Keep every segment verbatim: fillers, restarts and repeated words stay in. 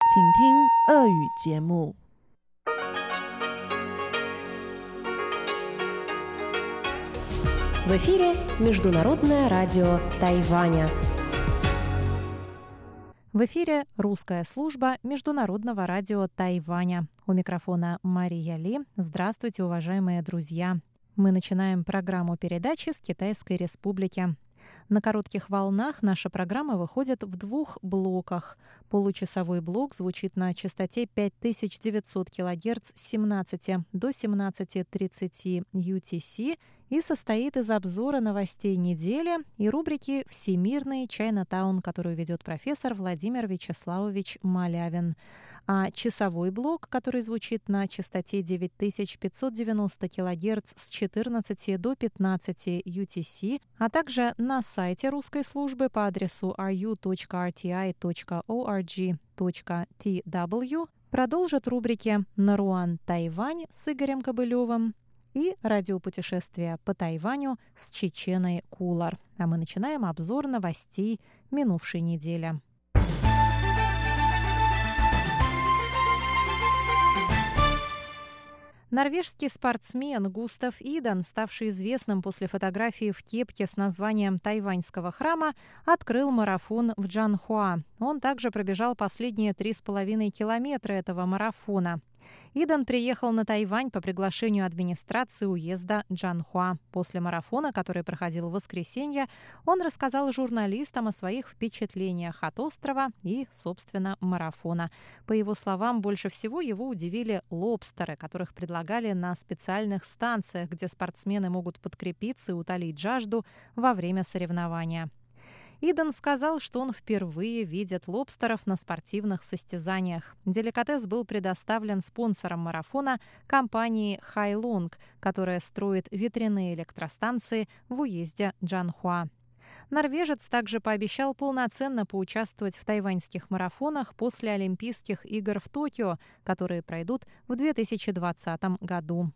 请听俄语节目。 В эфире Международное радио Тайваня. В эфире русская служба Международного радио Тайваня. У микрофона Мария Ли. Здравствуйте, уважаемые друзья. Мы начинаем программу передачи с Китайской Республики. На коротких волнах наша программа выходит в двух блоках. Получасовой блок звучит на частоте пять тысяч девятьсот килогерц с семнадцати до семнадцати тридцати ю ти си и состоит из обзора новостей недели и рубрики «Всемирный Чайнатаун», которую ведет профессор Владимир Вячеславович Малявин. А часовой блок, который звучит на частоте девять тысяч пятьсот девяносто килогерц с четырнадцати до пятнадцати ю ти си, а также на сайте русской службы по адресу ар ю точка ар ти ай точка орг точка ти дабл ю, продолжат рубрики «Наруан Тайвань» с Игорем Кобылевым и радиопутешествия по Тайваню с Чеченой Кулар. А мы начинаем обзор новостей минувшей недели. Норвежский спортсмен Густав Иден, ставший известным после фотографии в кепке с названием тайваньского храма, открыл марафон в Джанхуа. Он также пробежал последние три с половиной километра этого марафона. Иден приехал на Тайвань по приглашению администрации уезда Джанхуа. После марафона, который проходил в воскресенье, он рассказал журналистам о своих впечатлениях от острова и, собственно, марафона. По его словам, больше всего его удивили лобстеры, которых предлагали на специальных станциях, где спортсмены могут подкрепиться и утолить жажду во время соревнования. Иден сказал, что он впервые видит лобстеров на спортивных состязаниях. Деликатес был предоставлен спонсором марафона компанией Хайлунг, которая строит ветряные электростанции в уезде Джанхуа. Норвежец также пообещал полноценно поучаствовать в тайваньских марафонах после Олимпийских игр в Токио, которые пройдут в две тысячи двадцатом году.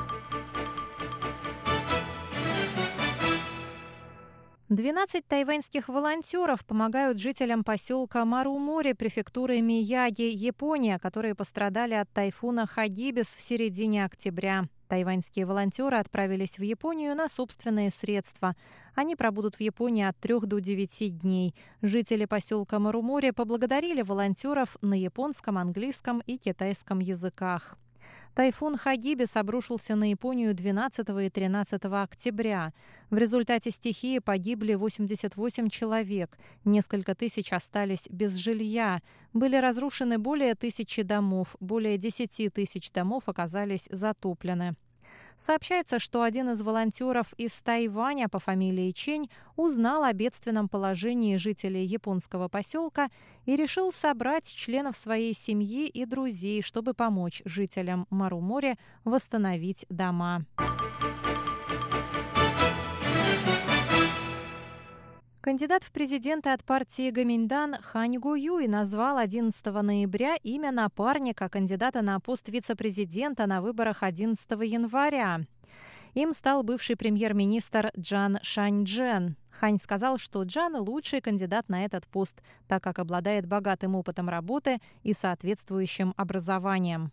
двенадцать тайваньских волонтеров помогают жителям поселка Марумори префектуры Мияги, Япония, которые пострадали от тайфуна Хагибис в середине октября. Тайваньские волонтеры отправились в Японию на собственные средства. Они пробудут в Японии от трёх до девяти дней. Жители поселка Марумори поблагодарили волонтеров на японском, английском и китайском языках. Тайфун Хагибис обрушился на Японию двенадцатого и тринадцатого октября. В результате стихии погибли восемьдесят восемь человек. Несколько тысяч остались без жилья. Были разрушены более тысячи домов. Более десяти тысяч домов оказались затоплены. Сообщается, что один из волонтеров из Тайваня по фамилии Чень узнал о бедственном положении жителей японского поселка и решил собрать членов своей семьи и друзей, чтобы помочь жителям Марумори восстановить дома. Кандидат в президенты от партии Гоминьдан Хань Гуюй назвал одиннадцатого ноября имя напарника кандидата на пост вице-президента на выборах одиннадцатого января. Им стал бывший премьер-министр Чжан Шаньчжэн. Хань сказал, что Чжан – лучший кандидат на этот пост, так как обладает богатым опытом работы и соответствующим образованием.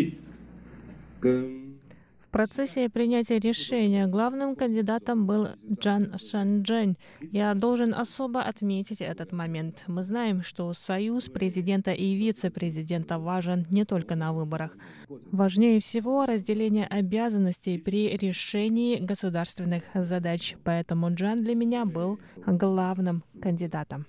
В процессе принятия решения главным кандидатом был Чжан Шаньчжэн. Я должен особо отметить этот момент. Мы знаем, что союз президента и вице-президента важен не только на выборах. Важнее всего разделение обязанностей при решении государственных задач. Поэтому Чжан для меня был главным кандидатом.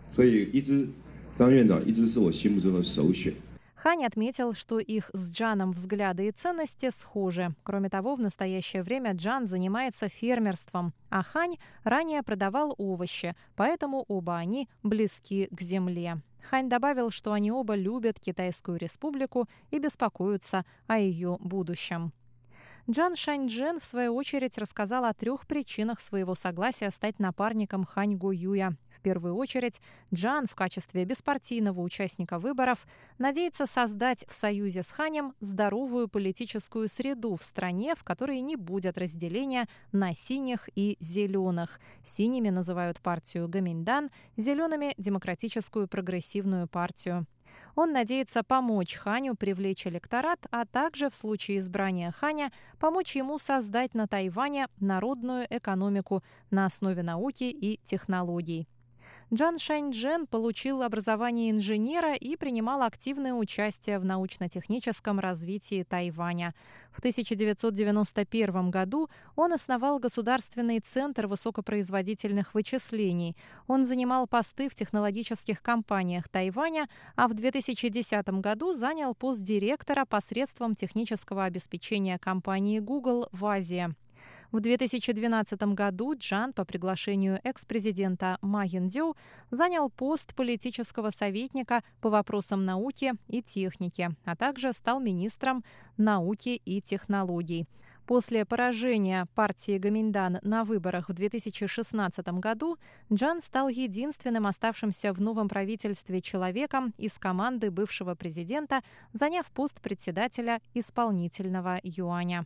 Хань отметил, что их с Чжаном взгляды и ценности схожи. Кроме того, в настоящее время Чжан занимается фермерством, а Хань ранее продавал овощи, поэтому оба они близки к земле. Хань добавил, что они оба любят Китайскую Республику и беспокоятся о ее будущем. Чжан Шаньчжэн, в свою очередь, рассказал о трех причинах своего согласия стать напарником Хань Гуюя. В первую очередь, Чжан в качестве беспартийного участника выборов надеется создать в союзе с Ханем здоровую политическую среду в стране, в которой не будет разделения на синих и зеленых. Синими называют партию Гоминьдан, зелеными – Демократическую прогрессивную партию. Он надеется помочь Ханю привлечь электорат, а также в случае избрания Ханя помочь ему создать на Тайване народную экономику на основе науки и технологий. Джан Шаньчжэн получил образование инженера и принимал активное участие в научно-техническом развитии Тайваня. В тысяча девятьсот девяносто первом году он основал Государственный центр высокопроизводительных вычислений. Он занимал посты в технологических компаниях Тайваня, а в две тысячи десятом году занял пост директора посредством технического обеспечения компании Google в Азии. В две тысячи двенадцатом году Джан по приглашению экс-президента Ма Ян-дзю занял пост политического советника по вопросам науки и техники, а также стал министром науки и технологий. После поражения партии Гоминьдан на выборах в две тысячи шестнадцатом году Джан стал единственным оставшимся в новом правительстве человеком из команды бывшего президента, заняв пост председателя исполнительного юаня.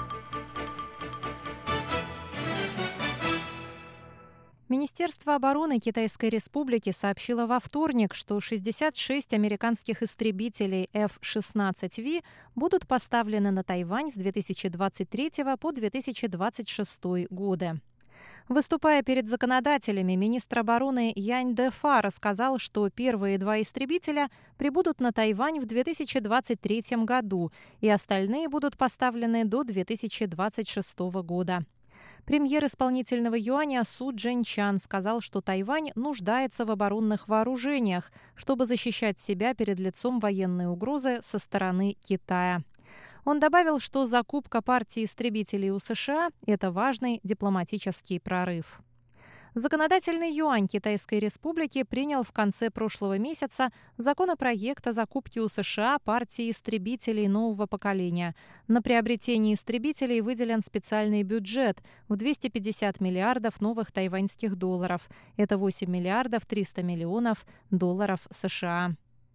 Министерство обороны Китайской Республики сообщило во вторник, что шестьдесят шесть американских истребителей эф шестнадцать ви будут поставлены на Тайвань с две тысячи двадцать третьего по две тысячи двадцать шестой годы. Выступая перед законодателями, министр обороны Янь Дэфа рассказал, что первые два истребителя прибудут на Тайвань в две тысячи двадцать третьем году, и остальные будут поставлены до две тысячи двадцать шестого года. Премьер исполнительного юаня Су Чжэньчан сказал, что Тайвань нуждается в оборонных вооружениях, чтобы защищать себя перед лицом военной угрозы со стороны Китая. Он добавил, что закупка партии истребителей у США – это важный дипломатический прорыв. Законодательный юань Китайской Республики принял в конце прошлого месяца законопроект о закупке у США партии истребителей нового поколения. На приобретение истребителей выделен специальный бюджет в двести пятьдесят миллиардов новых тайваньских долларов. Это восемь миллиардов триста миллионов долларов США.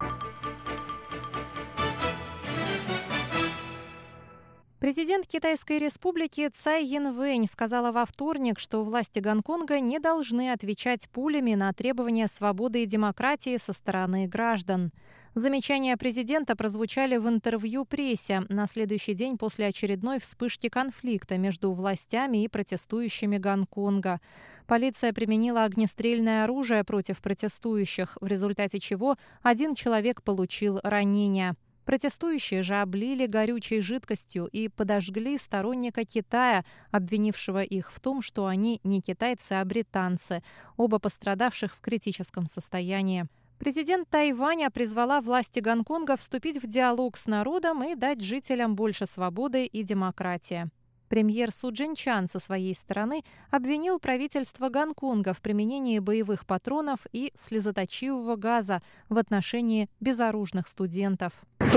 Президент Китайской Республики Цай Янвэнь сказала во вторник, что власти Гонконга не должны отвечать пулями на требования свободы и демократии со стороны граждан. Замечания президента прозвучали в интервью прессе на следующий день после очередной вспышки конфликта между властями и протестующими Гонконга. Полиция применила огнестрельное оружие против протестующих, в результате чего один человек получил ранения. Протестующие же облили горючей жидкостью и подожгли сторонника Китая, обвинившего их в том, что они не китайцы, а британцы, оба пострадавших в критическом состоянии. Президент Тайваня призвала власти Гонконга вступить в диалог с народом и дать жителям больше свободы и демократии. Премьер Су Чжэньчан со своей стороны обвинил правительство Гонконга в применении боевых патронов и слезоточивого газа в отношении безоружных студентов.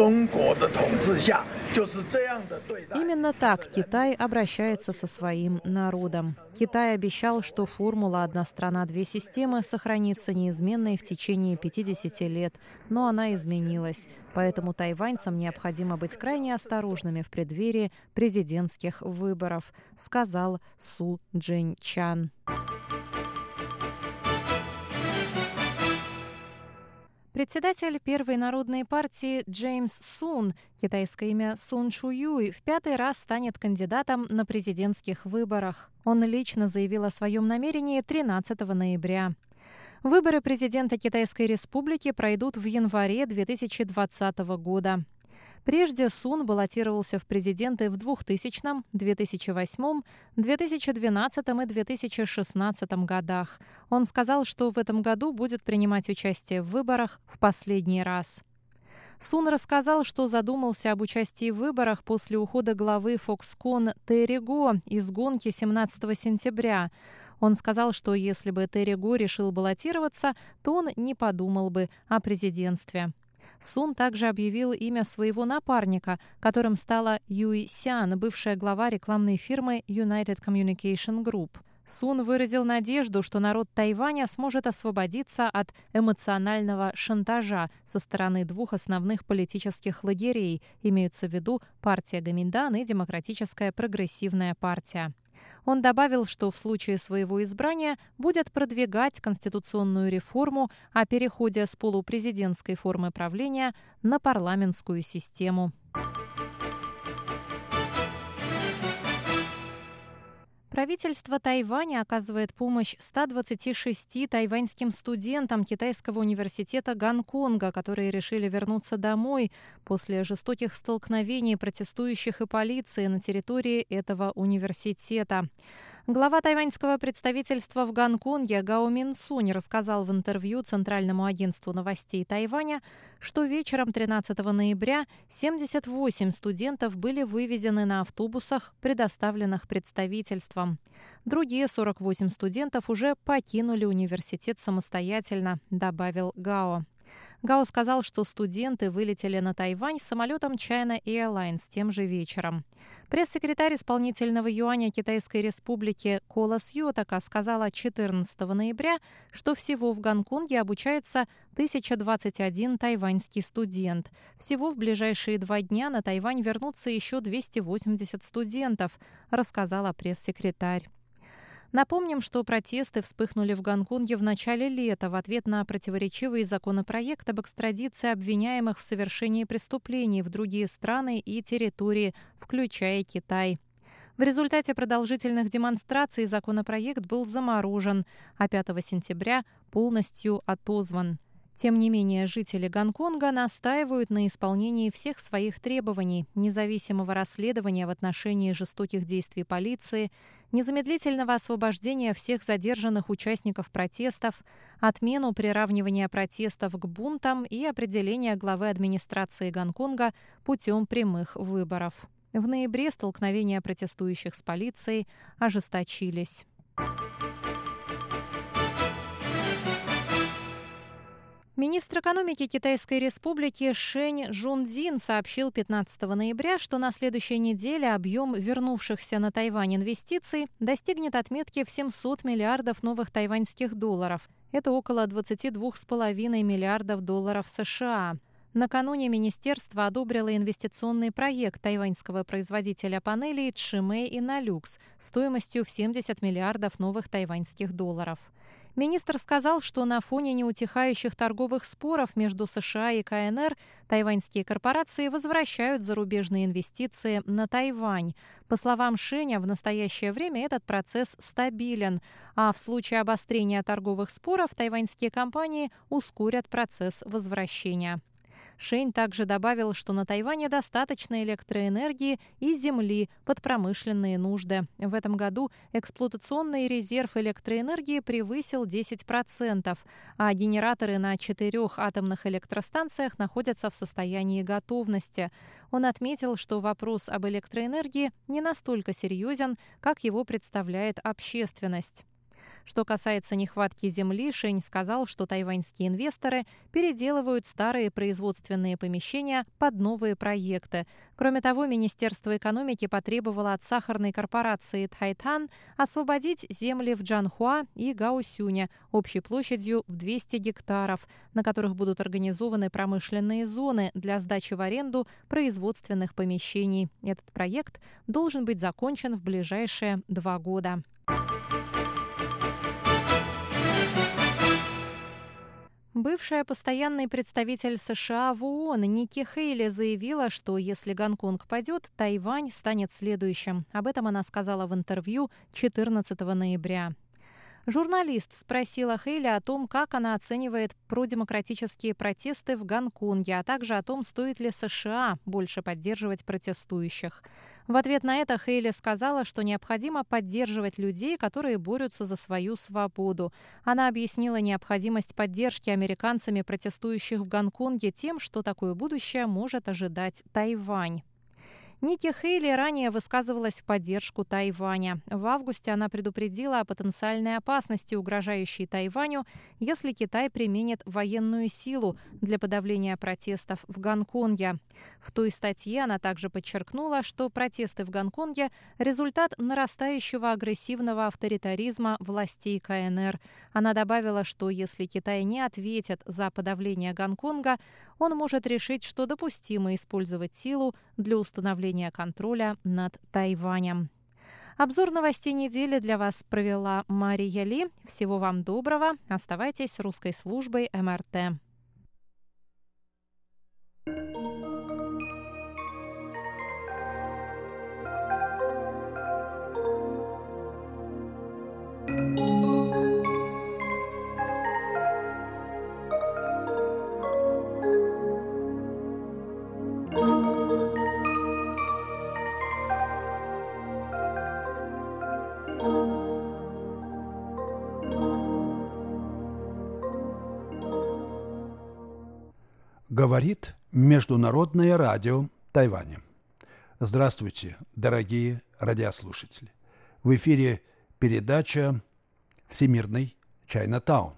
Именно так Китай обращается со своим народом. Китай обещал, что формула «одна страна, две системы» сохранится неизменной в течение пятидесяти лет, но она изменилась. Поэтому тайваньцам необходимо быть крайне осторожными в преддверии президентских выборов, сказал Су Чжэньчан. Председатель Первой народной партии Джеймс Сун, китайское имя Сун Чжуюй, в пятый раз станет кандидатом на президентских выборах. Он лично заявил о своем намерении тринадцатого ноября. Выборы президента Китайской Республики пройдут в январе две тысячи двадцатого года. Прежде Сун баллотировался в президенты в двухтысячном, две тысячи восьмом, две тысячи двенадцатом и две тысячи шестнадцатом годах. Он сказал, что в этом году будет принимать участие в выборах в последний раз. Сун рассказал, что задумался об участии в выборах после ухода главы Foxconn Терри Го из гонки семнадцатого сентября. Он сказал, что если бы Терри Го решил баллотироваться, то он не подумал бы о президентстве. Сун также объявил имя своего напарника, которым стала Юй Сян, бывшая глава рекламной фирмы United Communication Group. Сун выразил надежду, что народ Тайваня сможет освободиться от эмоционального шантажа со стороны двух основных политических лагерей, имеются в виду партия Гоминьдан и Демократическая прогрессивная партия. Он добавил, что в случае своего избрания будет продвигать конституционную реформу о переходе с полупрезидентской формы правления на парламентскую систему. Правительство Тайваня оказывает помощь ста двадцати шести тайваньским студентам китайского университета Гонконга, которые решили вернуться домой после жестоких столкновений протестующих и полиции на территории этого университета. Глава тайваньского представительства в Гонконге Гао Минсунь рассказал в интервью Центральному агентству новостей Тайваня, что вечером тринадцатого ноября семьдесят восемь студентов были вывезены на автобусах, предоставленных представительством. Другие сорок восемь студентов уже покинули университет самостоятельно, добавил Гао. Гао сказал, что студенты вылетели на Тайвань самолетом China Airlines тем же вечером. Пресс-секретарь исполнительного юаня Китайской Республики Кола Сьотака сказала четырнадцатого ноября, что всего в Гонконге обучается тысяча двадцать один тайваньский студент. Всего в ближайшие два дня на Тайвань вернутся еще двести восемьдесят студентов, рассказала пресс-секретарь. Напомним, что протесты вспыхнули в Гонконге в начале лета в ответ на противоречивый законопроект об экстрадиции обвиняемых в совершении преступлений в другие страны и территории, включая Китай. В результате продолжительных демонстраций законопроект был заморожен, а пятого сентября полностью отозван. Тем не менее, жители Гонконга настаивают на исполнении всех своих требований: независимого расследования в отношении жестоких действий полиции, незамедлительного освобождения всех задержанных участников протестов, отмену приравнивания протестов к бунтам и определения главы администрации Гонконга путем прямых выборов. В ноябре столкновения протестующих с полицией ожесточились. Министр экономики Китайской Республики Шэнь Жунцзин сообщил пятнадцатого ноября, что на следующей неделе объем вернувшихся на Тайвань инвестиций достигнет отметки в семьсот миллиардов новых тайваньских долларов. Это около двадцати двух с половиной миллиардов долларов США. Накануне министерство одобрило инвестиционный проект тайваньского производителя панелей Чжимэй Инолюкс стоимостью в семьдесят миллиардов новых тайваньских долларов. Министр сказал, что на фоне неутихающих торговых споров между США и ка эн эр тайваньские корпорации возвращают зарубежные инвестиции на Тайвань. По словам Шэня, в настоящее время этот процесс стабилен, а в случае обострения торговых споров тайваньские компании ускорят процесс возвращения. Шэнь также добавил, что на Тайване достаточно электроэнергии и земли под промышленные нужды. В этом году эксплуатационный резерв электроэнергии превысил десять процентов, а генераторы на четырех атомных электростанциях находятся в состоянии готовности. Он отметил, что вопрос об электроэнергии не настолько серьезен, как его представляет общественность. Что касается нехватки земли, Шэнь сказал, что тайваньские инвесторы переделывают старые производственные помещения под новые проекты. Кроме того, Министерство экономики потребовало от сахарной корпорации Тхайтан освободить земли в Джанхуа и Гаосюне общей площадью в двести гектаров, на которых будут организованы промышленные зоны для сдачи в аренду производственных помещений. Этот проект должен быть закончен в ближайшие два года. Бывшая постоянный представитель США в ООН Ники Хейли заявила, что если Гонконг падет, Тайвань станет следующим. Об этом она сказала в интервью четырнадцатого ноября. Журналист спросила Хейли о том, как она оценивает продемократические протесты в Гонконге, а также о том, стоит ли США больше поддерживать протестующих. В ответ на это Хейли сказала, что необходимо поддерживать людей, которые борются за свою свободу. Она объяснила необходимость поддержки американцами протестующих в Гонконге тем, что такое будущее может ожидать Тайвань. Ники Хейли ранее высказывалась в поддержку Тайваня. В августе она предупредила о потенциальной опасности, угрожающей Тайваню, если Китай применит военную силу для подавления протестов в Гонконге. В той статье она также подчеркнула, что протесты в Гонконге – результат нарастающего агрессивного авторитаризма властей ка эн эр. Она добавила, что если Китай не ответит за подавление Гонконга, он может решить, что допустимо использовать силу для установления контроля над Тайванем. Обзор новостей недели для вас провела Мария Ли. Всего вам доброго. Оставайтесь с русской службой эм эр тэ. Говорит Международное радио Тайваня. Здравствуйте, дорогие радиослушатели. В эфире передача «Всемирный Чайнатаун».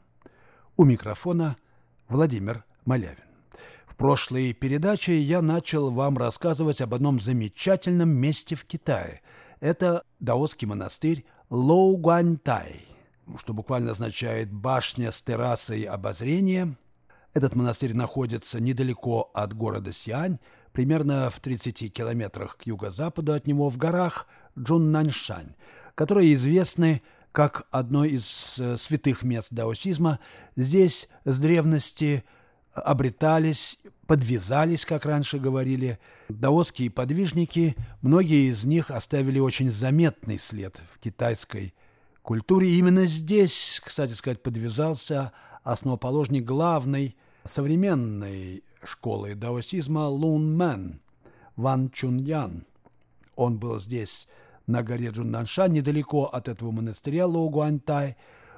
У микрофона Владимир Малявин. В прошлой передаче я начал вам рассказывать об одном замечательном месте в Китае. Это даосский монастырь Лоугуаньтай, что буквально означает «башня с террасой обозрения». Этот монастырь находится недалеко от города Сиань, примерно в тридцати километрах к юго-западу от него, в горах Джуннаньшань, которые известны как одно из святых мест даосизма. Здесь с древности обретались, подвязались, как раньше говорили, даосские подвижники. Многие из них оставили очень заметный след в китайской культуре. И именно здесь, кстати сказать, подвязался основоположник главной современной школы даосизма Лун Мэн, Ван Чуньян. Он был здесь, на горе Джуннаншань, недалеко от этого монастыря Лоугуаньтай.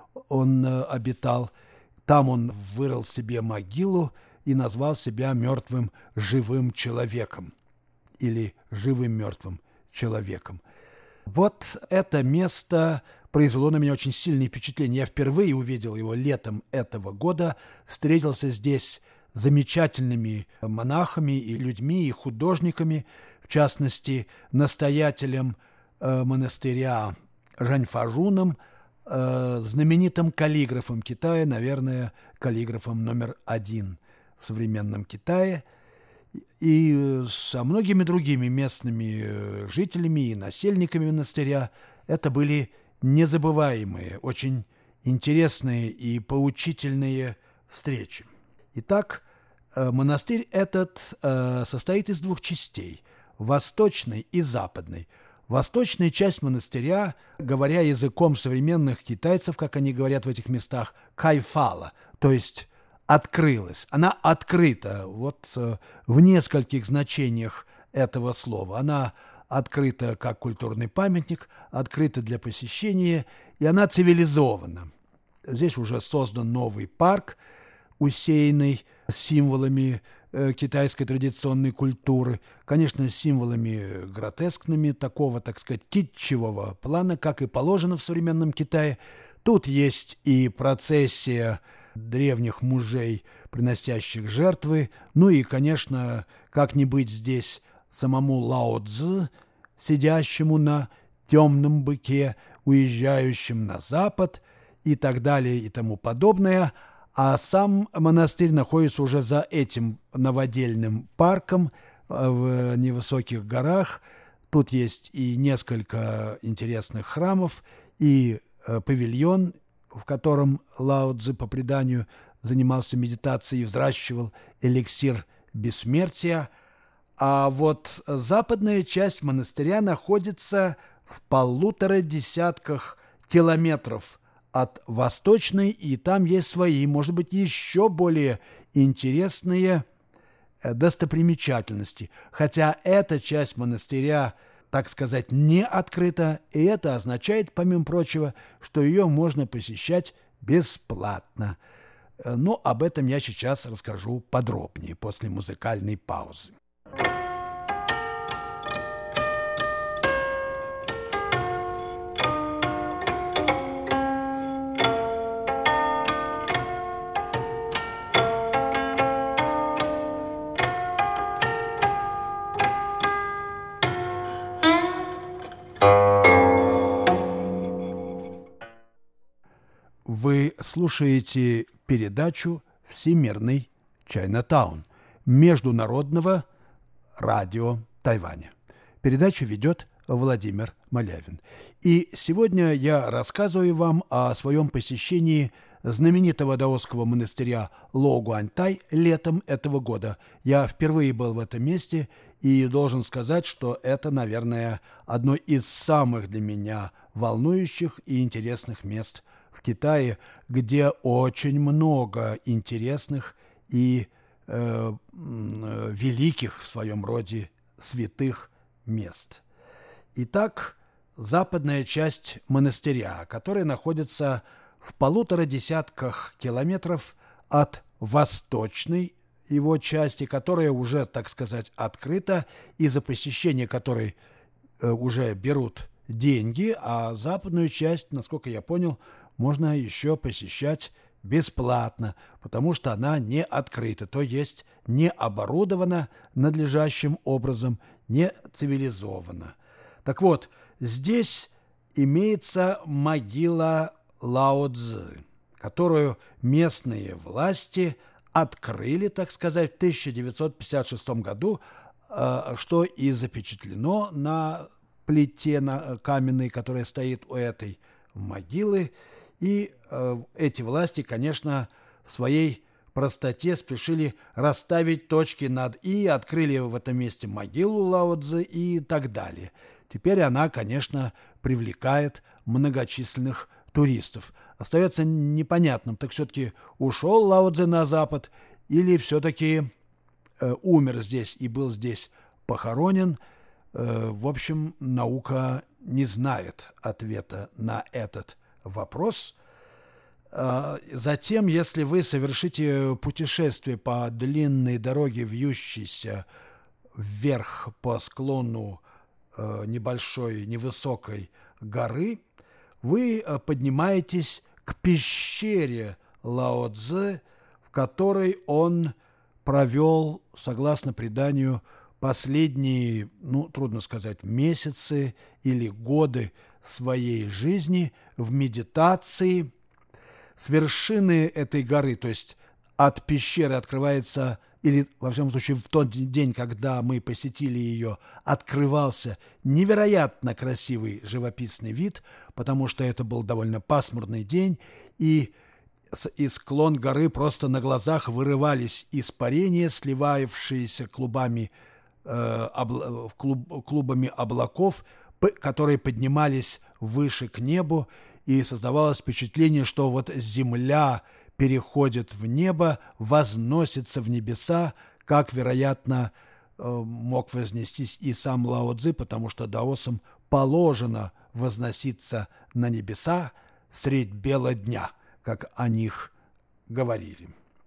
Он э, обитал. Там он вырыл себе могилу и назвал себя мертвым живым человеком или живым мертвым человеком. Вот это место произвело на меня очень сильное впечатление. Я впервые увидел его летом этого года, встретился здесь с замечательными монахами и людьми, и художниками, в частности, настоятелем э, монастыря Жаньфажуном, э, знаменитым каллиграфом Китая, наверное, каллиграфом номер один в современном Китае, и со многими другими местными жителями и насельниками монастыря. Это были незабываемые, очень интересные и поучительные встречи. Итак, монастырь этот состоит из двух частей – восточной и западной. Восточная часть монастыря, говоря языком современных китайцев, как они говорят в этих местах, кайфала, то есть открылась. Она открыта вот в нескольких значениях этого слова. Она открыта как культурный памятник, открыта для посещения, и она цивилизована. Здесь уже создан новый парк, усеянный символами э, китайской традиционной культуры, конечно, символами гротескными, такого, так сказать, китчевого плана, как и положено в современном Китае. Тут есть и процессия древних мужей, приносящих жертвы, ну и, конечно, как не быть здесь самому Лао Цзы, сидящему на темном быке, уезжающим на запад и так далее и тому подобное. А сам монастырь находится уже за этим новодельным парком в невысоких горах. Тут есть и несколько интересных храмов, и павильон, в котором Лао Цзы, по преданию, занимался медитацией и взращивал эликсир бессмертия. А вот западная часть монастыря находится в полутора десятках километров от восточной, и там есть свои, может быть, еще более интересные достопримечательности. Хотя эта часть монастыря, так сказать, не открыта, и это означает, помимо прочего, что ее можно посещать бесплатно. Но об этом я сейчас расскажу подробнее после музыкальной паузы. Вы слушаете передачу «Всемирный Чайнатаун» Международного радио Тайваня. Передачу ведет Владимир Малявин. И сегодня я рассказываю вам о своем посещении знаменитого даосского монастыря Лоу-Гуаньтай летом этого года. Я впервые был в этом месте и должен сказать, что это, наверное, одно из самых для меня волнующих и интересных мест в Китае, где очень много интересных и э, великих в своем роде святых мест. Итак, западная часть монастыря, которая находится в полутора десятках километров от восточной его части, которая уже, так сказать, открыта, и за посещение которой э, уже берут деньги, а западную часть, насколько я понял, можно еще посещать бесплатно, потому что она не открыта, то есть не оборудована надлежащим образом, не цивилизована. Так вот, здесь имеется могила Лао Цзы, которую местные власти открыли, так сказать, в тысяча девятьсот пятьдесят шестом году, что и запечатлено на плите на каменной, которая стоит у этой могилы. И эти власти, конечно, в своей простоте спешили расставить точки над «и», открыли в этом месте могилу Лао Цзы и так далее. Теперь она, конечно, привлекает многочисленных туристов. Остается непонятным, так все-таки ушел Лао Цзы на Запад или все-таки э, умер здесь и был здесь похоронен. Э, в общем, наука не знает ответа на этот вопрос. Э, затем, если вы совершите путешествие по длинной дороге, вьющейся вверх по склону э, небольшой, невысокой горы, вы поднимаетесь к пещере Лао Цзы, в которой он провел, согласно преданию, последние, ну, трудно сказать, месяцы или годы своей жизни в медитации. С вершины этой горы, то есть от пещеры открывается, или, во всяком случае, в тот день, когда мы посетили ее, открывался невероятно красивый живописный вид, потому что это был довольно пасмурный день, и, и склон горы просто на глазах вырывались испарения, сливавшиеся клубами, э, обла, клуб, клубами облаков, которые поднимались выше к небу, и создавалось впечатление, что вот земля переходит в небо, возносится в небеса, как, вероятно, мог вознестись и сам Лао Цзы, потому что даосам положено возноситься на небеса средь бела дня, как о них говорили.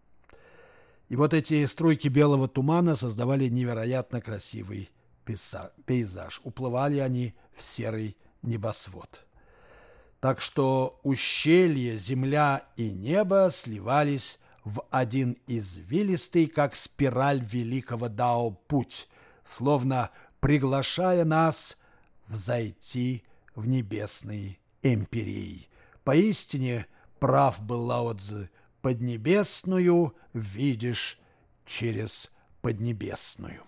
И вот эти струйки белого тумана создавали невероятно красивый пейзаж. Уплывали они в серый небосвод. Так что ущелье, земля и небо сливались в один извилистый, как спираль великого Дао, путь, словно приглашая нас взойти в небесные эмпирии. Поистине прав был Лао Цзы: поднебесную видишь через поднебесную.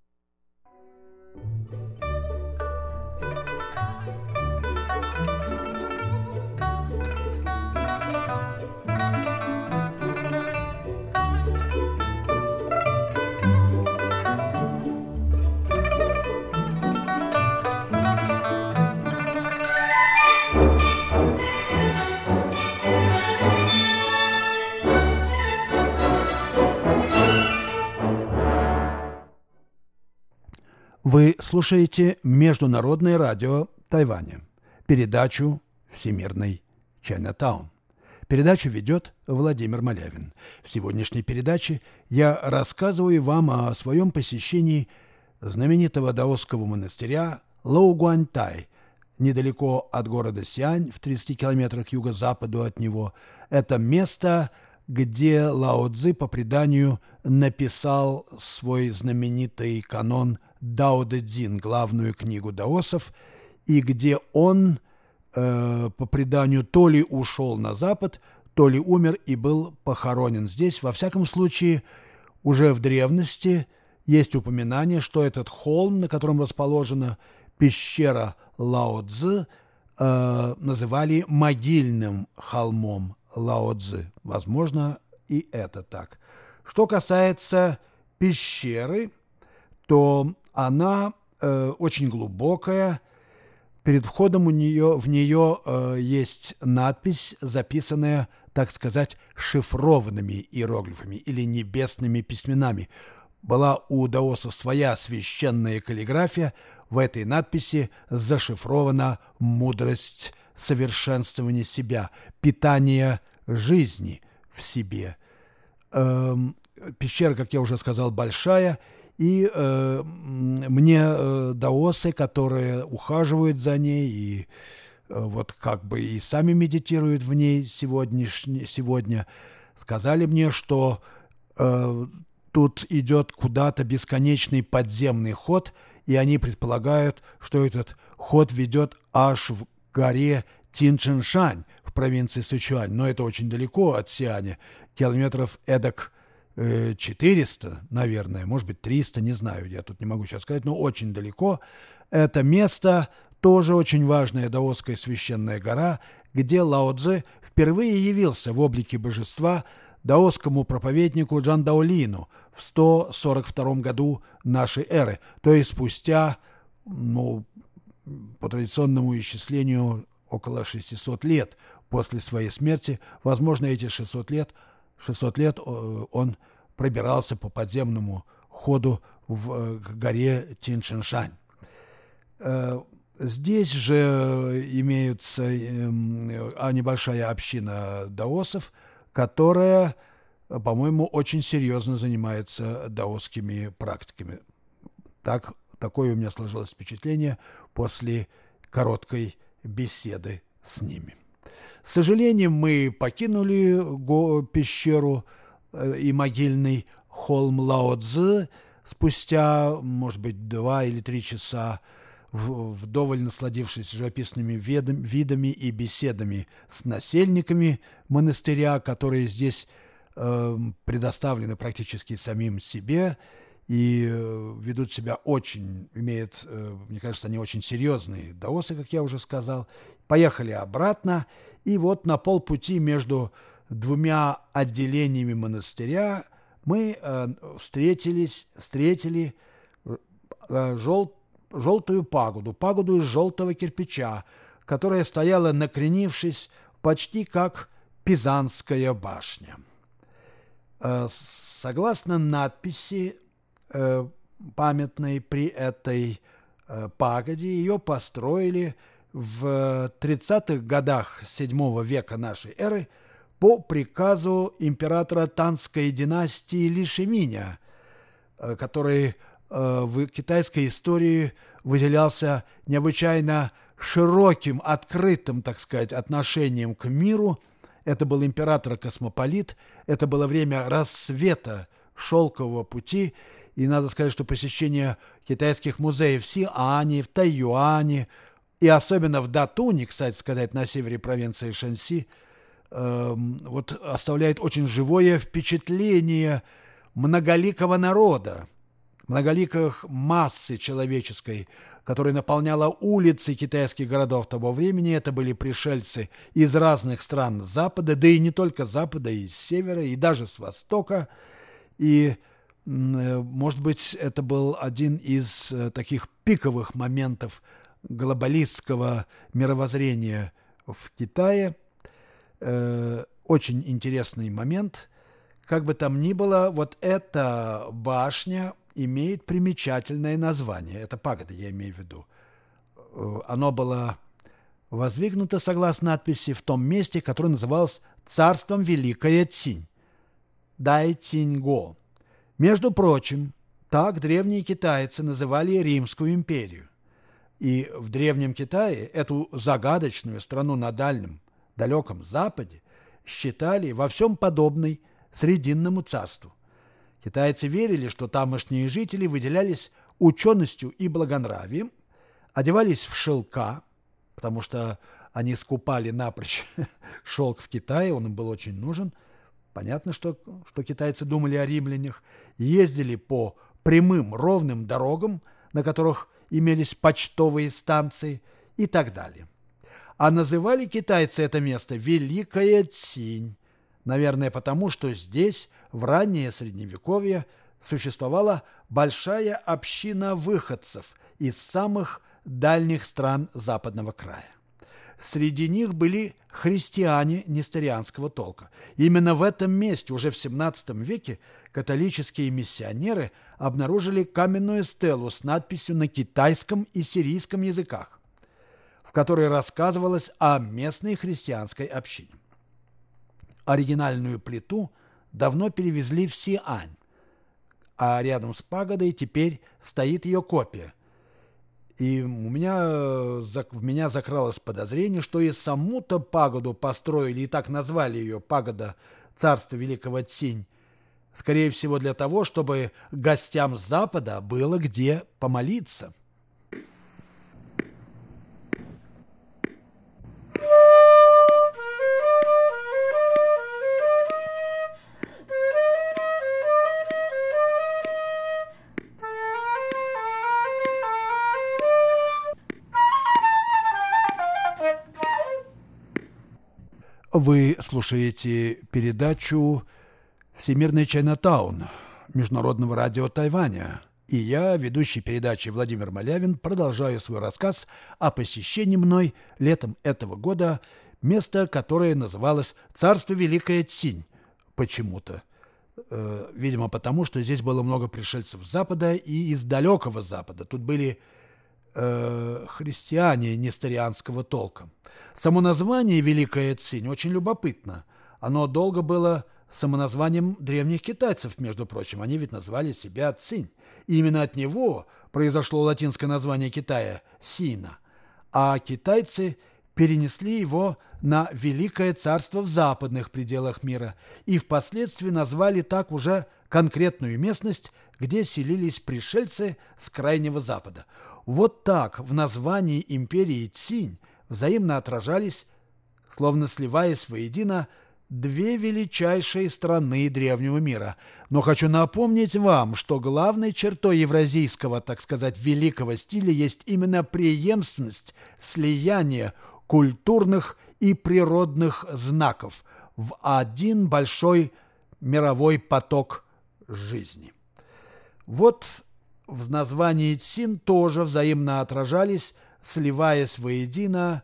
Вы слушаете Международное радио Тайваня, передачу «Всемирный Чайнатаун». Передачу ведет Владимир Малявин. В сегодняшней передаче я рассказываю вам о своем посещении знаменитого даосского монастыря Лоу-Гуаньтай, недалеко от города Сиань, в тридцати километрах к юго-западу от него. Это место, где Лао Цзы, по преданию, написал свой знаменитый канон Дао Дэ Цзин, главную книгу даосов, и где он, э, по преданию, то ли ушел на запад, то ли умер и был похоронен здесь. Во всяком случае, уже в древности есть упоминание, что этот холм, на котором расположена пещера Лао-цзы э, называли могильным холмом Лао-цзы. Возможно, и это так. Что касается пещеры, то она э, очень глубокая. Перед входом у нее, в нее э, есть надпись, записанная, так сказать, шифрованными иероглифами или небесными письменами. Была у даосов своя священная каллиграфия. В этой надписи зашифрована мудрость совершенствования себя, питания жизни в себе. Эм, пещера, как я уже сказал, большая, и э, мне э, даосы, которые ухаживают за ней и э, вот как бы и сами медитируют в ней сегодняшне, сегодня, сказали мне, что э, тут идет куда-то бесконечный подземный ход, и они предполагают, что этот ход ведет аж в горе Тинчэншань в провинции Сычуань. Но это очень далеко от Сианя, километров эдак э, четыреста, наверное, может быть триста, не знаю, я тут не могу сейчас сказать, но очень далеко. Это место тоже очень важная даосская священная гора, где Лао-цзы впервые явился в облике божества даосскому проповеднику Джан Даолину в сто сорок втором году нашей эры, то есть спустя, ну, по традиционному исчислению, около шестисот лет после своей смерти. Возможно, эти шестьсот лет, шестьсот лет он пробирался по подземному ходу в, к горе Тинчэншань. Здесь же имеется а, небольшая община даосов, которая, по-моему, очень серьезно занимается даосскими практиками. Так, такое у меня сложилось впечатление после короткой беседы с ними. С сожалением, мы покинули го- пещеру э, и могильный холм Лао-цзы спустя, может быть, два или три часа, в, вдоволь насладившись живописными ведом, видами и беседами с насельниками монастыря, которые здесь э, предоставлены практически самим себе и э, ведут себя очень, имеют, э, мне кажется, они очень серьезные даосы, как я уже сказал. Поехали обратно, и вот на полпути между двумя отделениями монастыря мы э, встретились, встретили э, жел, желтую пагоду, пагоду из желтого кирпича, которая стояла, накренившись, почти как Пизанская башня. Э, согласно надписи э, памятной при этой э, пагоде, ее построили в тридцатых годах седьмого века нашей эры по приказу императора Танской династии Ли Шиминя, который в китайской истории выделялся необычайно широким, открытым, так сказать, отношением к миру. Это был император-космополит, это было время расцвета шелкового пути, и надо сказать, что посещение китайских музеев в Сиане, в Тайюане, и особенно в Датуне, кстати сказать, на севере провинции Шэньси, э, вот оставляет очень живое впечатление многоликого народа, многоликих массы человеческой, которая наполняла улицы китайских городов того времени. Это были пришельцы из разных стран Запада, да и не только Запада, и с севера, и даже с Востока. И, может быть, это был один из таких пиковых моментов глобалистского мировоззрения в Китае. Э, очень интересный момент. Как бы там ни было, вот эта башня имеет примечательное название. Это пагода, я имею в виду. Э, оно было воздвигнуто, согласно надписи, в том месте, которое называлось «Царством Великая Цинь» – Дай Циньго. Между прочим, так древние китайцы называли Римскую империю. И в Древнем Китае эту загадочную страну на дальнем, далеком Западе считали во всем подобной Срединному царству. Китайцы верили, что тамошние жители выделялись ученостью и благонравием, одевались в шелка, потому что они скупали напрочь шелк в Китае, он им был очень нужен. Понятно, что, что китайцы думали о римлянах. Ездили по прямым ровным дорогам, на которых имелись почтовые станции и так далее. А называли китайцы это место Великая Цинь, наверное, потому что здесь в раннее Средневековье существовала большая община выходцев из самых дальних стран западного края. Среди них были христиане несторианского толка. Именно в этом месте уже в семнадцатом веке католические миссионеры обнаружили каменную стелу с надписью на китайском и сирийском языках, в которой рассказывалось о местной христианской общине. Оригинальную плиту давно перевезли в Сиань, а рядом с пагодой теперь стоит ее копия. И у меня, в меня закралось подозрение, что и саму-то пагоду построили, и так назвали ее пагода царства Великого Цинь, скорее всего для того, чтобы гостям с Запада было где помолиться. Вы слушаете передачу «Всемирный Чайнатаун» Международного радио Тайваня. И я, ведущий передачи Владимир Малявин, продолжаю свой рассказ о посещении мной летом этого года места, которое называлось «Царство Великая Цинь» почему-то. Э, видимо, потому что здесь было много пришельцев с Запада и из далекого Запада. Тут были э, христиане несторианского толка. Само название «Великая Цинь» очень любопытно. Оно долго было самоназванием древних китайцев, между прочим. Они ведь назвали себя Цинь. И именно от него произошло латинское название Китая – Сина. А китайцы перенесли его на Великое Царство в западных пределах мира и впоследствии назвали так уже конкретную местность, где селились пришельцы с Крайнего Запада. Вот так в названии империи Цинь взаимно отражались, словно сливаясь воедино, две величайшие страны древнего мира. Но хочу напомнить вам, что главной чертой евразийского, так сказать, великого стиля есть именно преемственность, слияние культурных и природных знаков в один большой мировой поток жизни. Вот в названии Цин тоже взаимно отражались, сливаясь воедино,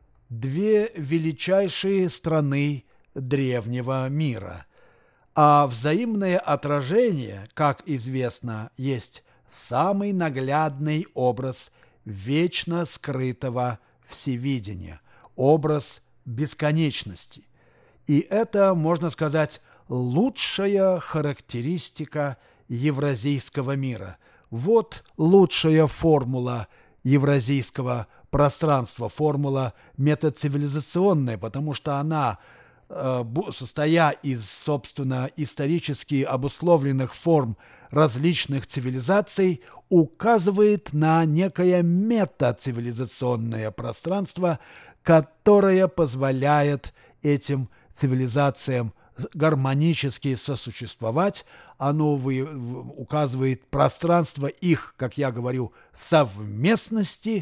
две величайшие страны древнего мира. А взаимное отражение, как известно, есть самый наглядный образ вечно скрытого всевидения, образ бесконечности. И это, можно сказать, лучшая характеристика евразийского мира. Вот лучшая формула евразийского пространства, формула метацивилизационная, потому что она, состоя из, собственно, исторически обусловленных форм различных цивилизаций, указывает на некое метацивилизационное пространство, которое позволяет этим цивилизациям гармонически сосуществовать. Оно указывает пространство их, как я говорю, совместности,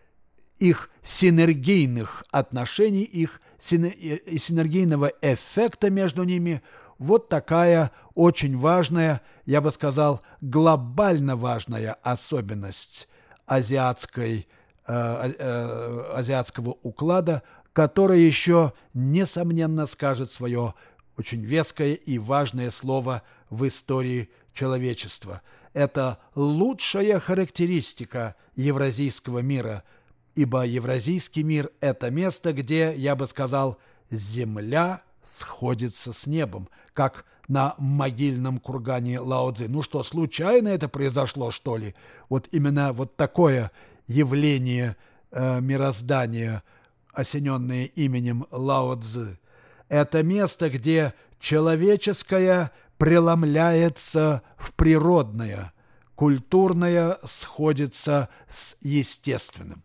их синергийных отношений, их синергийного эффекта между ними. Вот такая очень важная, я бы сказал, глобально важная особенность азиатской, э, э, азиатского уклада, которая еще, несомненно, скажет свое очень веское и важное слово в истории человечества. Это лучшая характеристика евразийского мира, ибо евразийский мир – это место, где, я бы сказал, земля сходится с небом, как на могильном кургане Лао Цзы. Ну что, случайно это произошло, что ли? Вот именно вот такое явление э, мироздания, осененное именем Лао Цзы. Это место, где человеческое преломляется в природное, культурное сходится с естественным.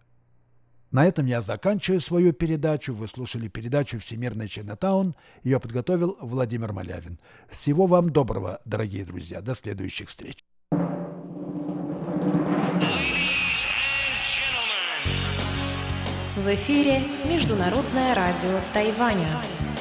На этом я заканчиваю свою передачу. Вы слушали передачу «Всемирный Чайнатаун». Ее подготовил Владимир Малявин. Всего вам доброго, дорогие друзья. До следующих встреч. В эфире Международное радио Тайваня.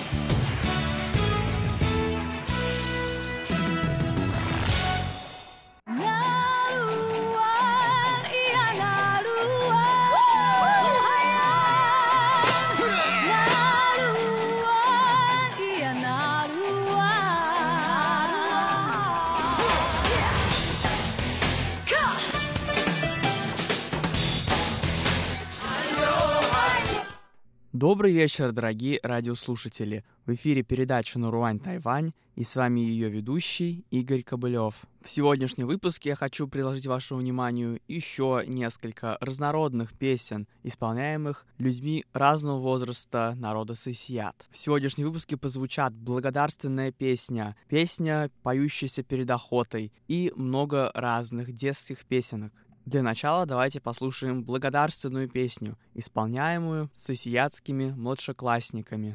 Добрый вечер, дорогие радиослушатели! В эфире передача «Наруань Тайвань», и с вами ее ведущий Игорь Кобылев. В сегодняшнем выпуске я хочу предложить вашему вниманию еще несколько разнородных песен, исполняемых людьми разного возраста народа сысьят. В сегодняшнем выпуске прозвучат благодарственная песня, песня, поющаяся перед охотой, и много разных детских песенок. Для начала давайте послушаем благодарственную песню, исполняемую сысьятскими младшеклассниками.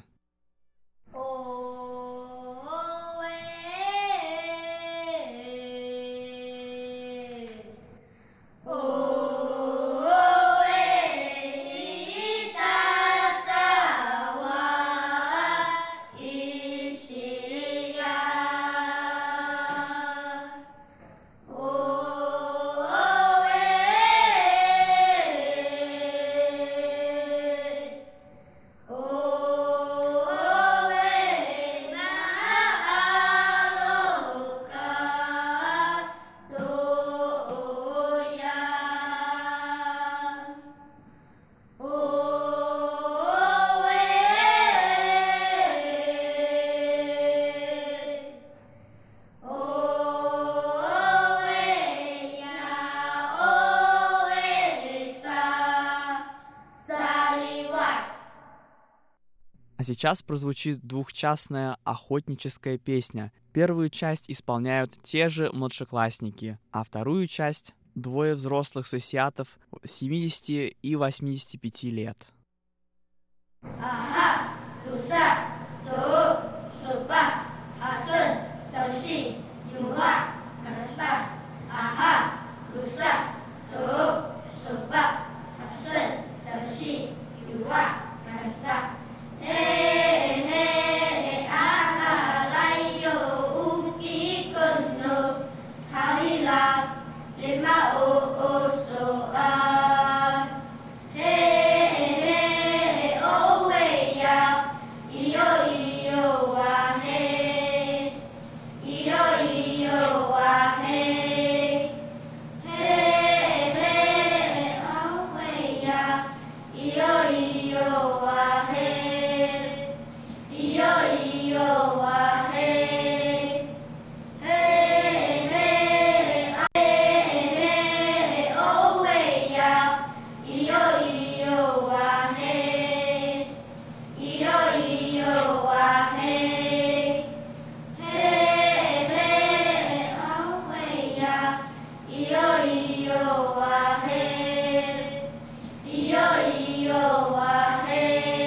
А сейчас прозвучит двухчастная охотническая песня. Первую часть исполняют те же младшеклассники, а вторую часть — двое взрослых сысьятов семидесяти и восьмидесяти пяти лет. Ага, туса, ту, супа, асын, самси, юга, краса. Ага, туса, ту, супа, асын, самси, юга, краса. Hey, hey, ah, layo, uki kono, harila, lima o o so ah. Hey, hey, oh we ya, iyo iyo wa hey, iyo iyo wa hey. Hey, hey, oh we ya, iyo iyo wa hey. Yo yo wa hey, hey hey, hey hey, oh we ya, yo yo wa hey, yo yo wa hey, hey hey, oh we ya, yo yo wa hey, yo yo wa hey.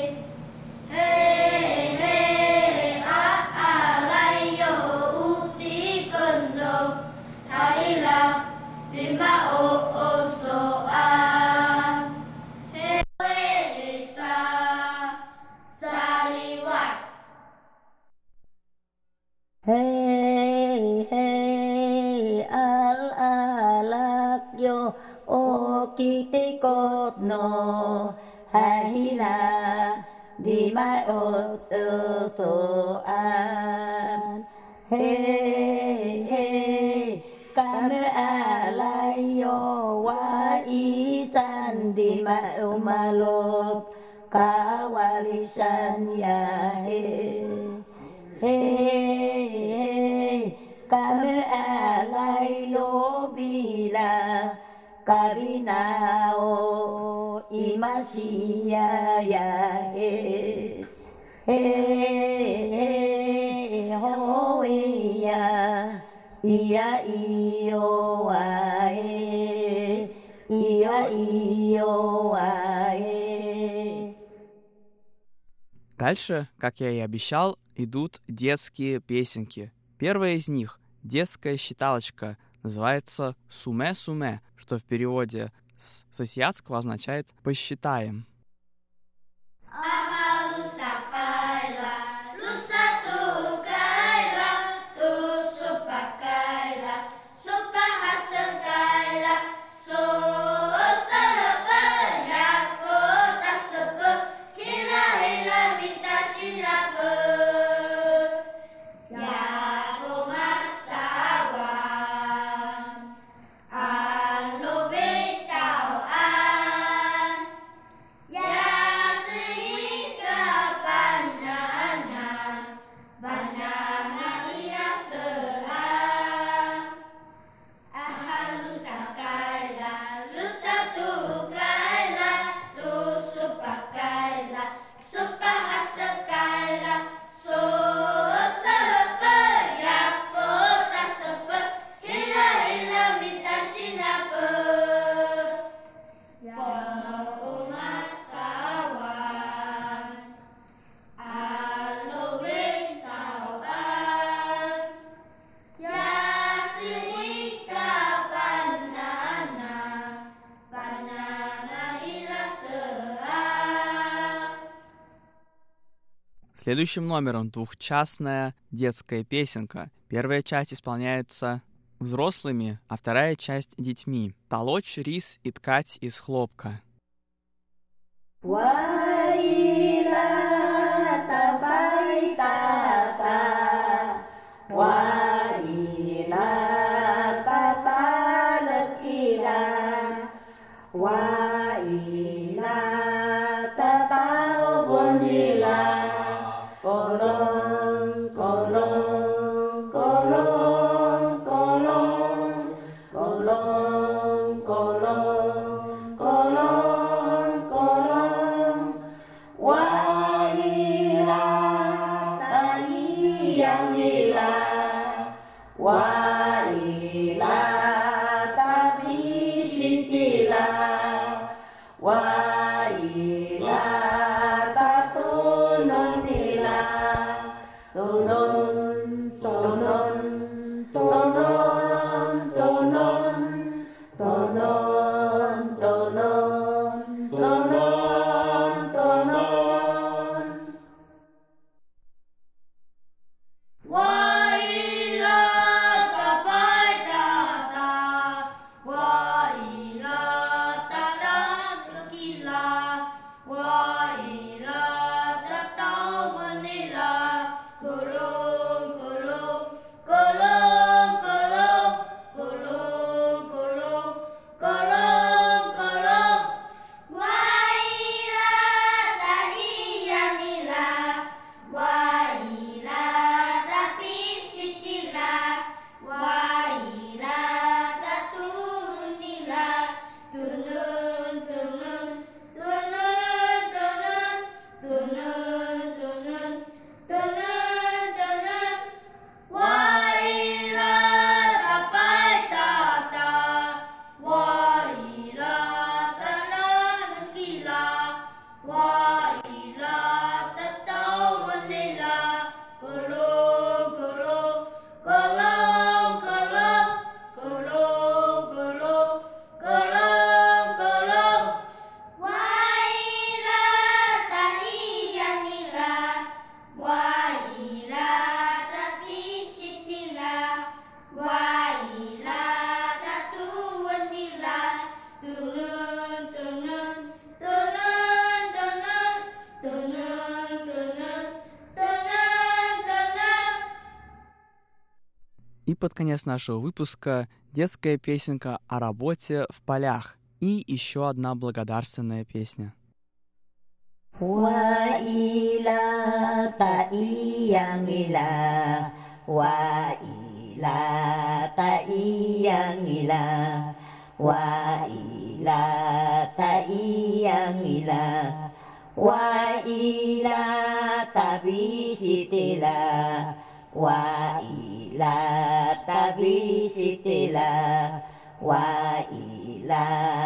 Hey, hey, al alak yo, o kiti kot no, hai la, di mai o so an. Hey, hey, kame alay yo, wa isan di mai o malop, kawalisan ya hey. Hey, hey, kame alay lo bila, kabina o imasiya ya hey. Hey, hey, ho ya, iya iyo wa hey, iya iyo wa hey. Дальше, как я и обещал, идут детские песенки. Первая из них, детская считалочка, называется «Суме-суме», что в переводе с сысьятского означает «посчитаем». Следующим номером двухчастная детская песенка. Первая часть исполняется взрослыми, а вторая часть детьми. Толочь рис и ткать из хлопка. И под конец нашего выпуска детская песенка о работе в полях и еще одна благодарственная песня. Wa ila tabisitila wa ila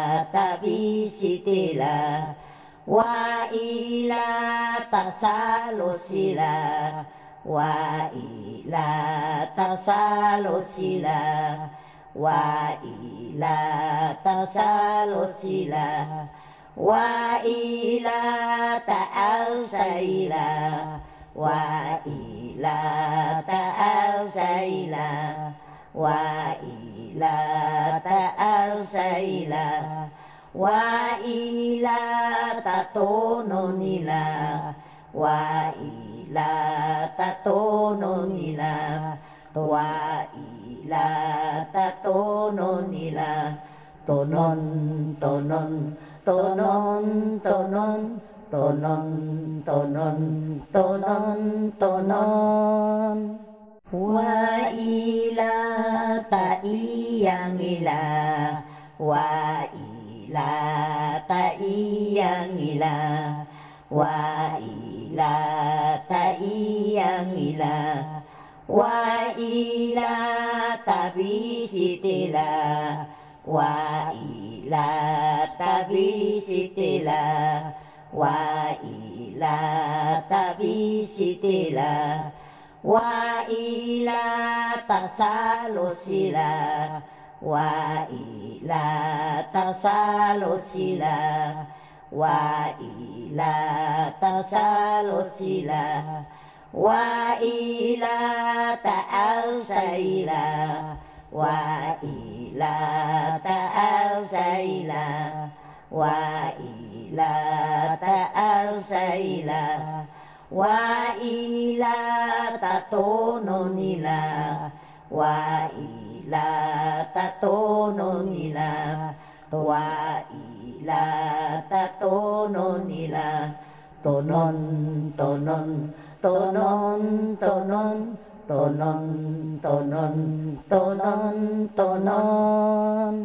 tabisitila wa ila tasalusila wa ila tasalusila wa ila tasalusila wa ila ta'alsaila wa ila ta'alsaila wa ila ta'alsaila wa ila tatononila wa ila tatononila wa ila tatononila tonon tonon tonon tonon tonon tonon tonon tonon wa ila ta'iyangila wa ila ta'iyangila wa ila ta'iyangila wa ila tabisitila wa ila tabisitila wa ila tabisitila wa ila tasalusila wa ila tasalusila wa ila tasalosila wa ila ta'alsaila wa ila ta'alsaila wa ila ta'alsaila wa ila tatononila wa ila tatononila wa ila tatononila tonon tonon tonon tonon tonon tonon tonon tonon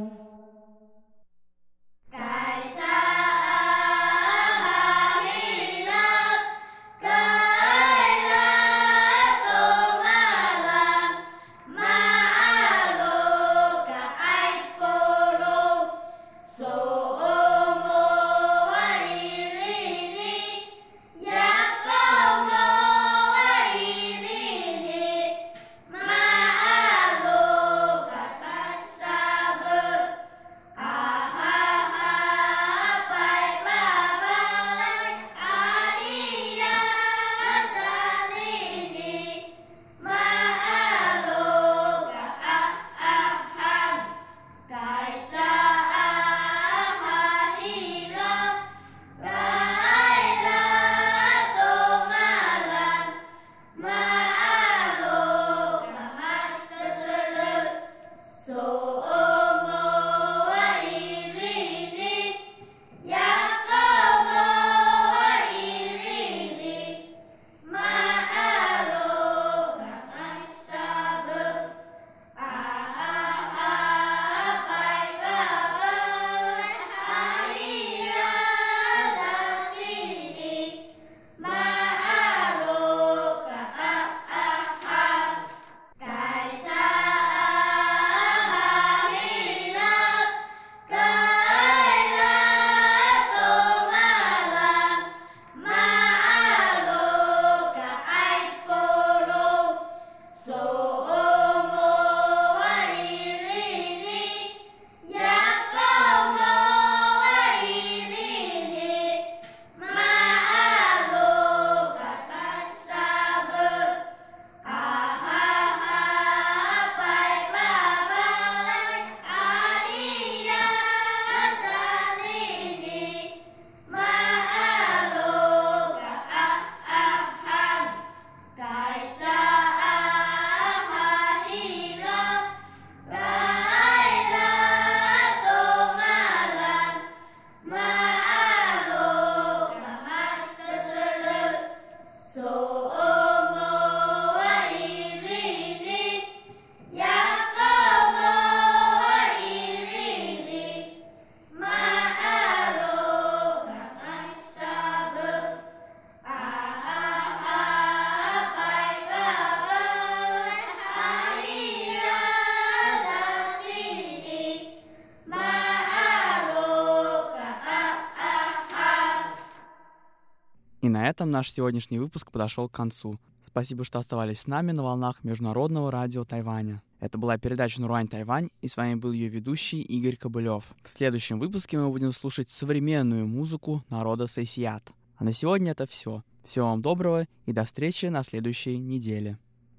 И на этом наш сегодняшний выпуск подошел к концу. Спасибо, что оставались с нами на волнах Международного радио Тайваня. Это была передача «Наруань Тайвань», и с вами был ее ведущий Игорь Кобылев. В следующем выпуске мы будем слушать современную музыку народа Сэйсиат. А на сегодня это все. Всего вам доброго и до встречи на следующей неделе.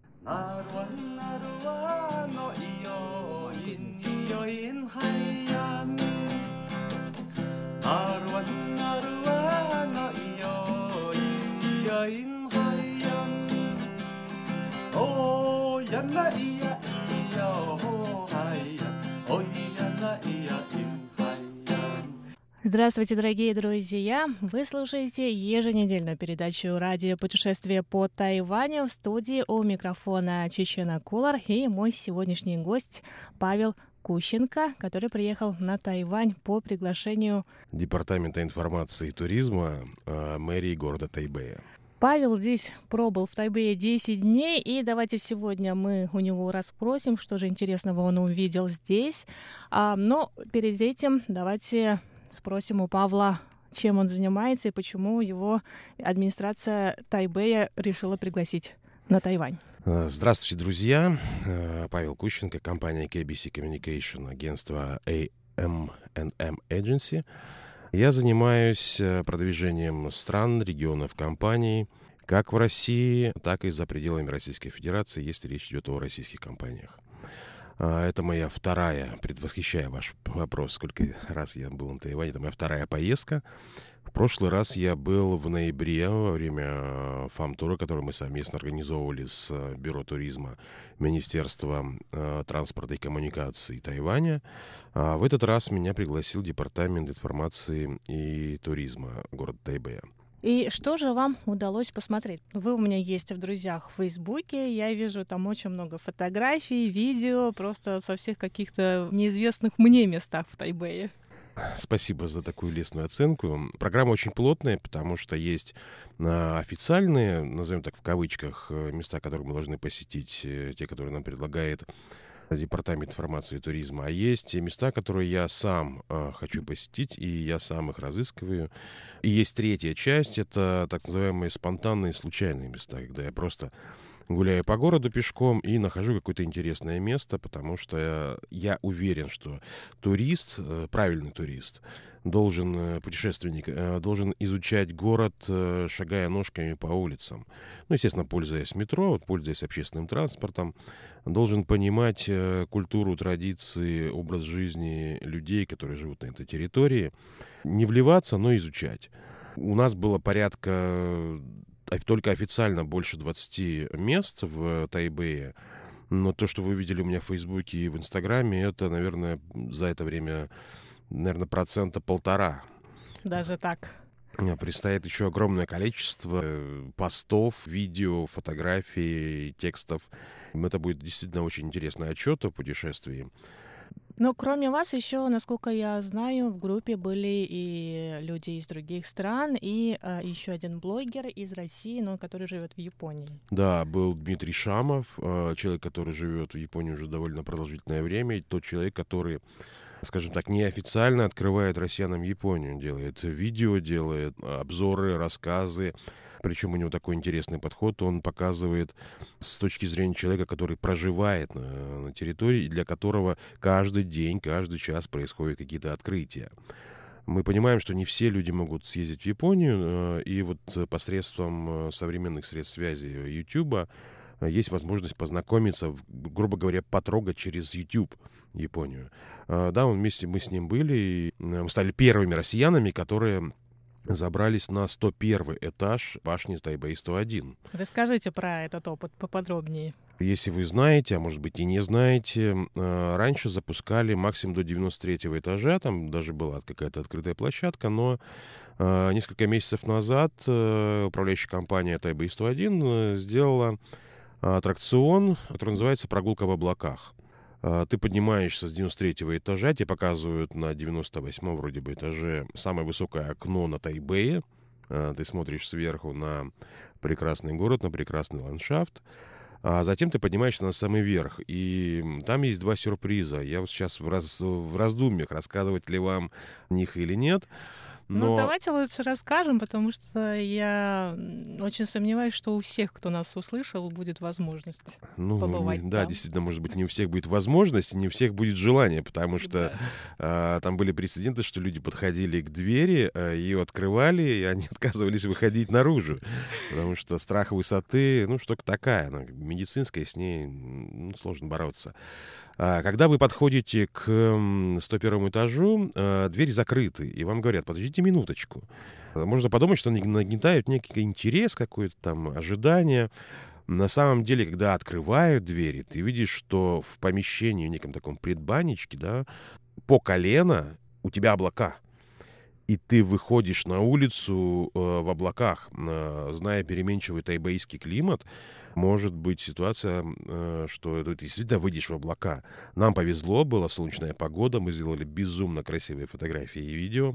Здравствуйте, дорогие друзья! Вы слушаете еженедельную передачу «Радио путешествие по Тайваню». В студии у микрофона Чечена Кулар и мой сегодняшний гость Павел Кущенко, который приехал на Тайвань по приглашению Департамента информации и туризма э, мэрии города Тайбэя. Павел здесь пробыл в Тайбэе десять дней, и давайте сегодня мы у него расспросим, что же интересного он увидел здесь. А, но перед этим давайте спросим у Павла, чем он занимается и почему его администрация Тайбэя решила пригласить на Тайвань. Здравствуйте, друзья. Павел Кущенко, компания кей би си Communication, агентство эй эм энд эм Agency. Я занимаюсь продвижением стран, регионов, компаний, как в России, так и за пределами Российской Федерации, если речь идет о российских компаниях. Это моя вторая, предвосхищая ваш вопрос, сколько раз я был на Тайване, это моя вторая поездка. В прошлый раз я был в ноябре во время фам-тура, который мы совместно организовывали с Бюро туризма Министерства э, транспорта и коммуникаций Тайваня. А в этот раз меня пригласил Департамент информации и туризма города Тайбэя. И что же вам удалось посмотреть? Вы у меня есть в друзьях в Фейсбуке, я вижу там очень много фотографий, видео, просто со всех каких-то неизвестных мне местах в Тайбэе. Спасибо за такую лестную оценку. Программа очень плотная, потому что есть э, официальные, назовем так в кавычках, места, которые мы должны посетить, э, те, которые нам предлагает Департамент информации и туризма, а есть те места, которые я сам э, хочу посетить, и я сам их разыскиваю. И есть третья часть, это так называемые спонтанные, случайные места, когда я просто гуляю по городу пешком и нахожу какое-то интересное место, потому что я уверен, что турист, э, правильный турист, должен, путешественник, э, должен изучать город, э, шагая ножками по улицам. Ну, естественно, пользуясь метро, вот, пользуясь общественным транспортом, должен понимать э, культуру, традиции, образ жизни людей, которые живут на этой территории. Не вливаться, но изучать. У нас было порядка, только официально больше двадцати мест в Тайбэе. Но то, что вы видели у меня в Фейсбуке и в Инстаграме, это, наверное, за это время, наверное, процента полтора. Даже так? Предстоит еще огромное количество постов, видео, фотографий, текстов. Это будет действительно очень интересный отчет о путешествии. Но кроме вас еще, насколько я знаю, в группе были и люди из других стран, и э, еще один блогер из России, но который живет в Японии. Да, был Дмитрий Шамов, э, человек, который живет в Японии уже довольно продолжительное время, и тот человек, который, скажем так, неофициально открывает россиянам Японию, делает видео, делает обзоры, рассказы. Причем у него такой интересный подход, он показывает с точки зрения человека, который проживает на, на территории, и для которого каждый день, каждый час происходят какие-то открытия. Мы понимаем, что не все люди могут съездить в Японию, и вот посредством современных средств связи YouTube есть возможность познакомиться, грубо говоря, потрогать через YouTube Японию. Да, вместе мы с ним были, и мы стали первыми россиянами, которые забрались на сто первый этаж башни Тайбэй сто один. Расскажите про этот опыт поподробнее. Если вы знаете, а может быть и не знаете, раньше запускали максимум до девяносто третьего этажа, там даже была какая-то открытая площадка, но несколько месяцев назад управляющая компания Тайбэй сто один сделала аттракцион, который называется «Прогулка в облаках». Ты поднимаешься с девяносто третьего этажа, тебе показывают на девяносто восьмом вроде бы этаже самое высокое окно на Тайбэе. Ты смотришь сверху на прекрасный город, на прекрасный ландшафт. А затем ты поднимаешься на самый верх. И там есть два сюрприза. Я вот сейчас в, раз, в раздумьях, рассказывать ли вам о них или нет. Но... Ну, давайте лучше расскажем, потому что я очень сомневаюсь, что у всех, кто нас услышал, будет возможность ну, побывать не, там. Да, действительно, может быть, не у всех будет возможность, не у всех будет желание, потому что да. э, там были прецеденты, что люди подходили к двери, э, ее открывали, и они отказывались выходить наружу, потому что страх высоты, ну, штука такая, она медицинская, с ней ну, сложно бороться. Когда вы подходите к сто первому этажу, двери закрыты, и вам говорят, подождите минуточку. Можно подумать, что они нагнетают некий интерес, какое-то там ожидание. На самом деле, когда открывают двери, ты видишь, что в помещении, в неком таком предбанничке, да, по колено у тебя облака. И ты выходишь на улицу э, в облаках, э, зная переменчивый тайбэйский климат, может быть ситуация, э, что ты действительно выйдешь в облака. Нам повезло, была солнечная погода, мы сделали безумно красивые фотографии и видео.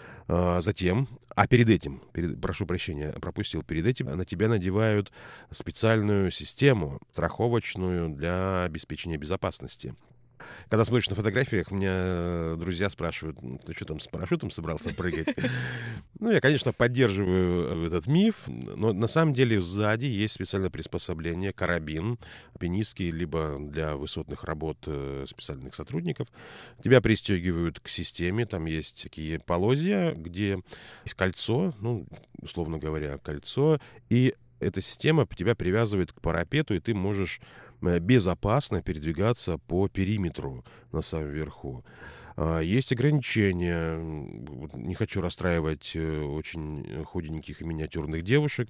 Э, затем, а перед этим, перед, прошу прощения, пропустил, перед этим на тебя надевают специальную систему страховочную для обеспечения безопасности. Когда смотришь на фотографиях, меня друзья спрашивают, ты что там с парашютом собрался прыгать? Ну, я, конечно, поддерживаю этот миф, но на самом деле сзади есть специальное приспособление, карабин, альпинистский, либо для высотных работ специальных сотрудников. Тебя пристегивают к системе, там есть такие полозья, где есть кольцо, ну, условно говоря, кольцо, и эта система тебя привязывает к парапету, и ты можешь безопасно передвигаться по периметру на самом верху. Есть ограничения. Не хочу расстраивать очень худеньких и миниатюрных девушек,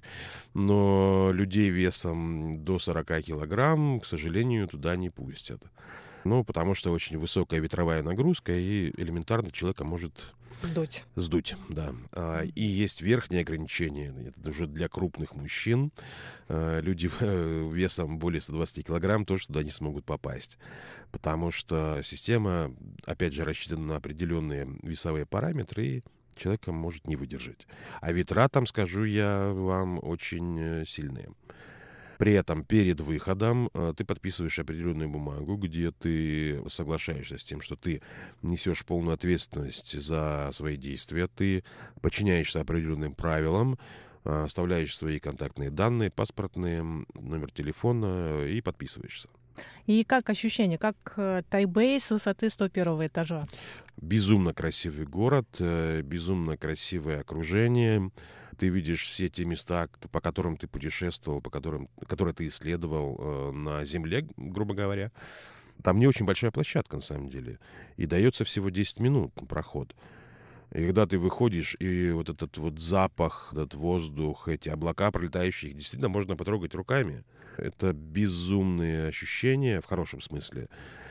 но людей весом до сорока килограмм, к сожалению, туда не пустят. Ну, потому что очень высокая ветровая нагрузка, и элементарно человека может Сдуть. Сдуть, да. А, и есть верхние ограничения. Это уже для крупных мужчин. А, люди весом более ста двадцати килограмм тоже туда не смогут попасть. Потому что система, опять же, рассчитана на определенные весовые параметры, и человека может не выдержать. А ветра там, скажу я вам, очень сильные. При этом перед выходом э, ты подписываешь определенную бумагу, где ты соглашаешься с тем, что ты несешь полную ответственность за свои действия, ты подчиняешься определенным правилам, э, оставляешь свои контактные данные, паспортные, номер телефона и подписываешься. И как ощущение, как Тайбэй с высоты сто первого этажа? Безумно красивый город, безумно красивое окружение. Ты видишь все те места, по которым ты путешествовал, по которым, которые ты исследовал на Земле, грубо говоря. Там не очень большая площадка, на самом деле. И дается всего десять минут на проход. И когда ты выходишь, и вот этот вот запах, этот воздух, эти облака пролетающие, их действительно можно потрогать руками. Это безумные ощущения, в хорошем смысле.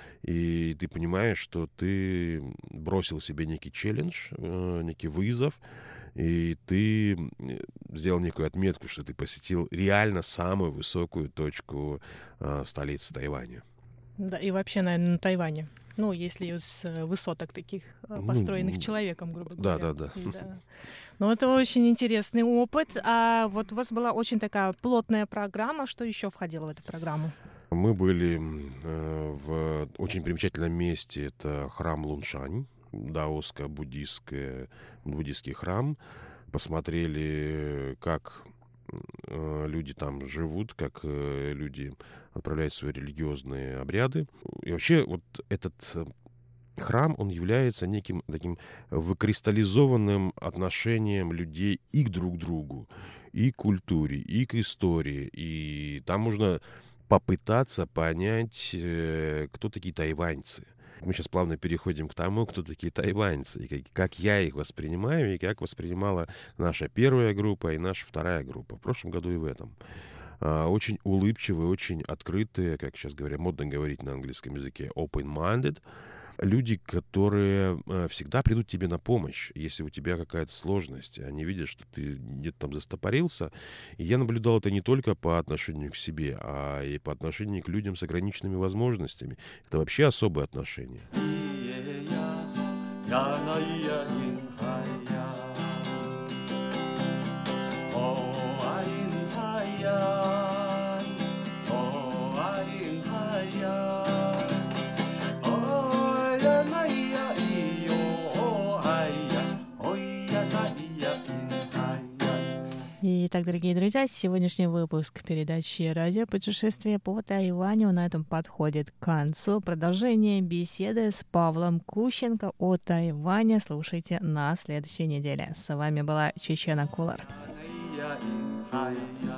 И ты понимаешь, что ты бросил себе некий челлендж, некий вызов, и ты сделал некую отметку, что ты посетил реально самую высокую точку столицы Тайваня. Да, и вообще, наверное, на Тайване. Ну, если с высоток таких, построенных ну, человеком, грубо говоря. Да, да, да. да. Ну, это очень интересный опыт. А вот у вас была очень такая плотная программа. Что еще входило в эту программу? Мы были э, в очень примечательном месте. Это храм Луншань, даоско-буддийский буддийский храм. Посмотрели, как люди там живут, как люди отправляют свои религиозные обряды. И вообще вот этот храм, он является неким таким выкристаллизованным отношением людей и к друг другу, и к культуре, и к истории. И там можно попытаться понять, кто такие тайваньцы. Мы сейчас плавно переходим к тому, кто такие тайваньцы, и как, как я их воспринимаю, и как воспринимала наша первая группа и наша вторая группа в прошлом году и в этом. А, очень улыбчивые, очень открытые, как сейчас говорят, модно говорить на английском языке, open-minded. Люди, которые э, всегда придут тебе на помощь, если у тебя какая-то сложность. Они видят, что ты где-то там застопорился. И я наблюдал это не только по отношению к себе, а и по отношению к людям с ограниченными возможностями. Это вообще особые отношения. Итак, дорогие друзья, сегодняшний выпуск передачи «Радиопутешествие по Тайваню» на этом подходит к концу. Продолжение беседы с Павлом Кущенко о Тайване слушайте на следующей неделе. С вами была Чечена Кулар.